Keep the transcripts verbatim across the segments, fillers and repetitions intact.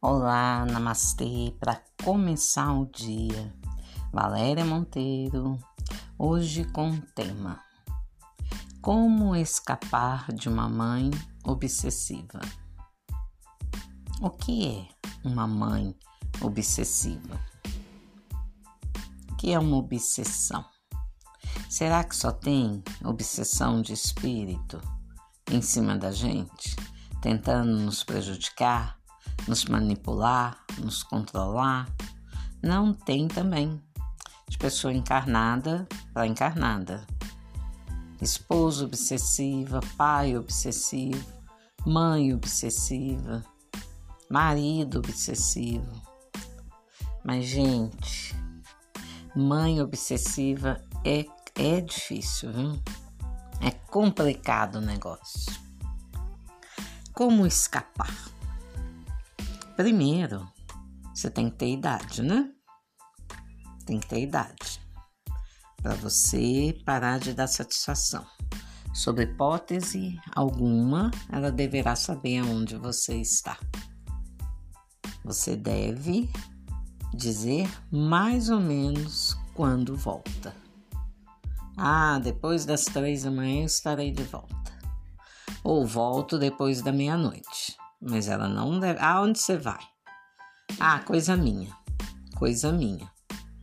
Olá, namastê, para começar o dia. Valéria Monteiro, hoje com o tema: Como escapar de uma mãe obsessiva? O que é uma mãe obsessiva? O que é uma obsessão? Será que só tem obsessão de espírito em cima da gente, tentando nos prejudicar, nos manipular, nos controlar? Não, tem também de pessoa encarnada para encarnada. Esposa obsessiva, pai obsessivo, mãe obsessiva, marido obsessivo. Mas, gente, mãe obsessiva é, é difícil, viu? É complicado o negócio. Como escapar? Primeiro, você tem que ter idade, né? Tem que ter idade para você parar de dar satisfação. Sob hipótese alguma, ela deverá saber aonde você está. Você deve dizer mais ou menos quando volta. Ah, depois das três da manhã eu estarei de volta. Ou volto depois da meia-noite. Mas ela não deve... Aonde você vai? Ah, coisa minha. Coisa minha.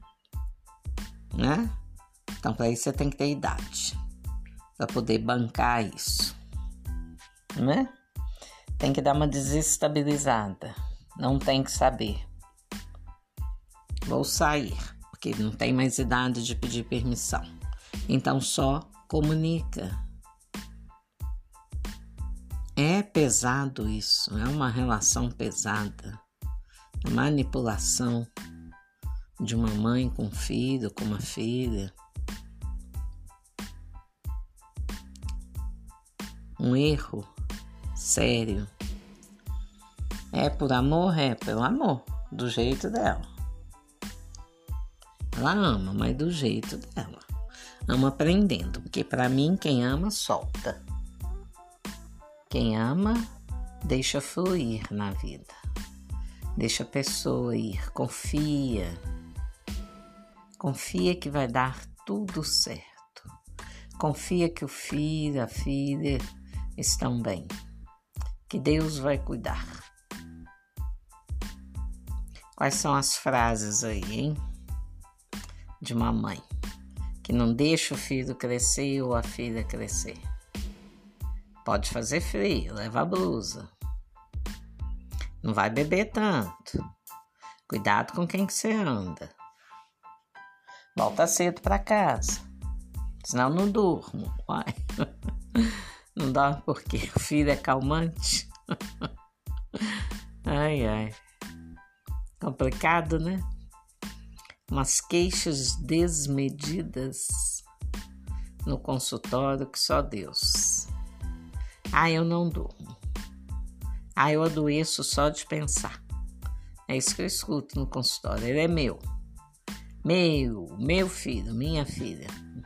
Né? Então, para isso você tem que ter idade. Para poder bancar isso. Né? Tem que dar uma desestabilizada. Não tem que saber. Vou sair. Porque não tem mais idade de pedir permissão. Então, só comunica. É pesado isso, é uma relação pesada, a manipulação de uma mãe com um filho, com uma filha. Um erro sério. É por amor? É pelo amor, do jeito dela. Ela ama, mas do jeito dela. Ama aprendendo, porque para mim quem ama solta. Quem ama, deixa fluir na vida. Deixa a pessoa ir. Confia. Confia que vai dar tudo certo. Confia que o filho, a filha estão bem. Que Deus vai cuidar. Quais são as frases aí, hein? De uma mãe que não deixa o filho crescer ou a filha crescer. Pode fazer frio, leva a blusa. Não vai beber tanto. Cuidado com quem que você anda. Volta cedo para casa. Senão não durmo. Uai. Não dorme porque o filho é calmante. Ai, ai. Complicado, né? Umas queixas desmedidas no consultório que só Deus. Ah, eu não durmo. Ah, eu adoeço só de pensar. É isso que eu escuto no consultório. Ele é meu. Meu, meu filho, minha filha.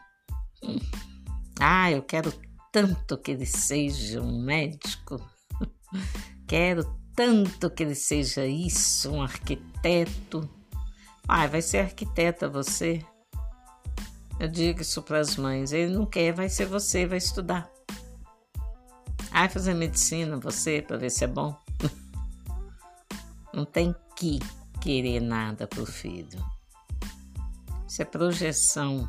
Ah, eu quero tanto que ele seja um médico. Quero tanto que ele seja isso, um arquiteto. Ah, vai ser arquiteta você. Eu digo isso para as mães. Ele não quer, vai ser você, vai estudar. Vai fazer medicina você para ver se é bom. Não tem que querer nada pro filho. Isso é projeção.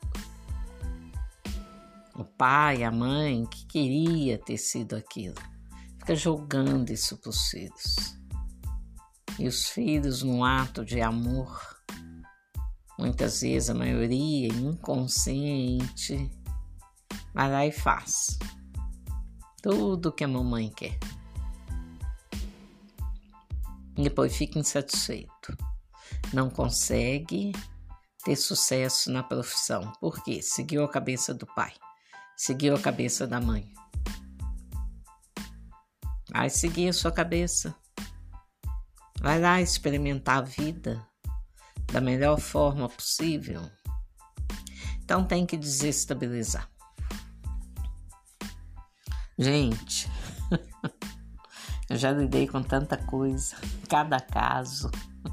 O pai, a mãe que queria ter sido aquilo, fica jogando isso pros filhos. E os filhos, num ato de amor, muitas vezes a maioria inconsciente, vai lá e faz tudo que a mamãe quer. Depois fica insatisfeito. Não consegue ter sucesso na profissão. Por quê? Seguiu a cabeça do pai. Seguiu a cabeça da mãe. Vai seguir a sua cabeça. Vai lá experimentar a vida da melhor forma possível. Então tem que desestabilizar. Gente, Eu já lidei com tanta coisa, cada caso.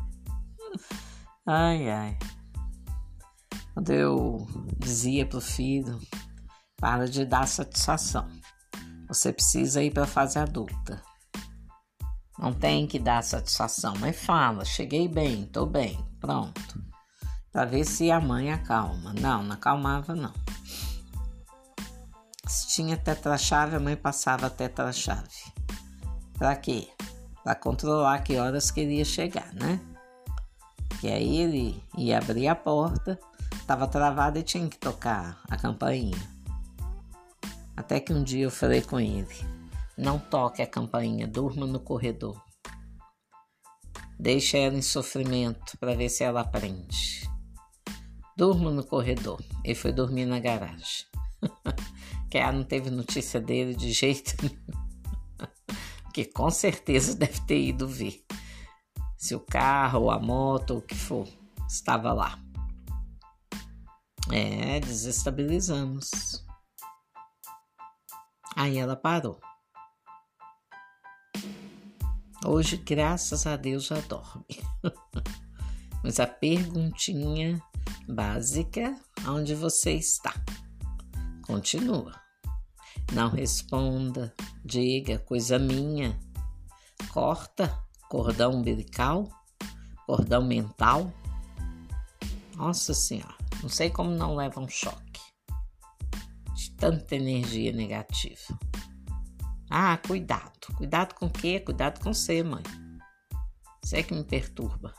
Ai, ai. Quando eu dizia pro filho, para de dar satisfação. Você precisa ir para a fase adulta. Não tem que dar satisfação, mas fala, cheguei bem, tô bem, pronto. Para ver se a mãe acalma. Não, não acalmava não. Se tinha tetra-chave, a mãe passava a tetra-chave. Para quê? Para controlar que horas queria chegar, né? Que aí ele ia abrir a porta, estava travado e tinha que tocar a campainha. Até que um dia eu falei com ele, não toque a campainha, durma no corredor. Deixa ela em sofrimento para ver se ela aprende. Durma no corredor. Ele foi dormir na garagem. Que ela não teve notícia dele de jeito nenhum. Que com certeza deve ter ido ver se o carro, ou a moto, ou o que for, estava lá. É, desestabilizamos. Aí ela parou. Hoje, graças a Deus, já dorme. Mas a perguntinha básica, onde você está? Continua. Não responda, diga, coisa minha. Corta, cordão umbilical, cordão mental. Nossa Senhora, não sei como não leva um choque de tanta energia negativa. Ah, cuidado. Cuidado com o quê? Cuidado com você, mãe. Você é que me perturba.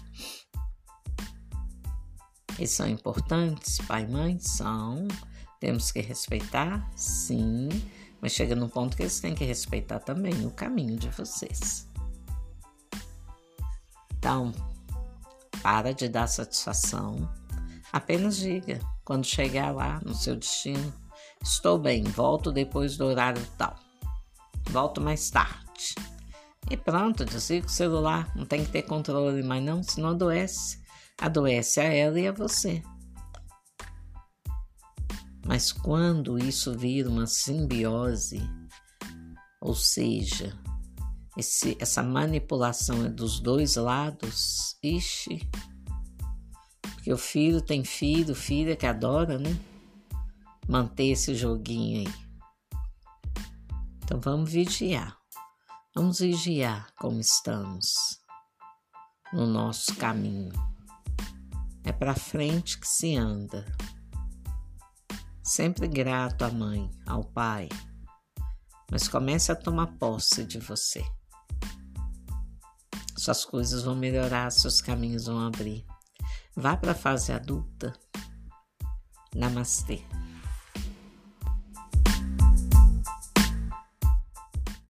Eles são importantes, pai e mãe? São. Temos que respeitar? Sim. Mas chega num ponto que eles têm que respeitar também o caminho de vocês. Então, para de dar satisfação. Apenas diga, quando chegar lá no seu destino, estou bem, volto depois do horário tal. Volto mais tarde. E pronto, desliga o celular. Não tem que ter controle mais não, senão adoece. Adoece a ela e a você. Mas quando isso vira uma simbiose, ou seja, esse, essa manipulação é dos dois lados, ixi, porque o filho tem filho, filha que adora, né? Manter esse joguinho aí. Então vamos vigiar. Vamos vigiar como estamos no nosso caminho. É para frente que se anda. Sempre grato à mãe, ao pai. Mas comece a tomar posse de você. Suas coisas vão melhorar, seus caminhos vão abrir. Vá para a fase adulta. Namastê.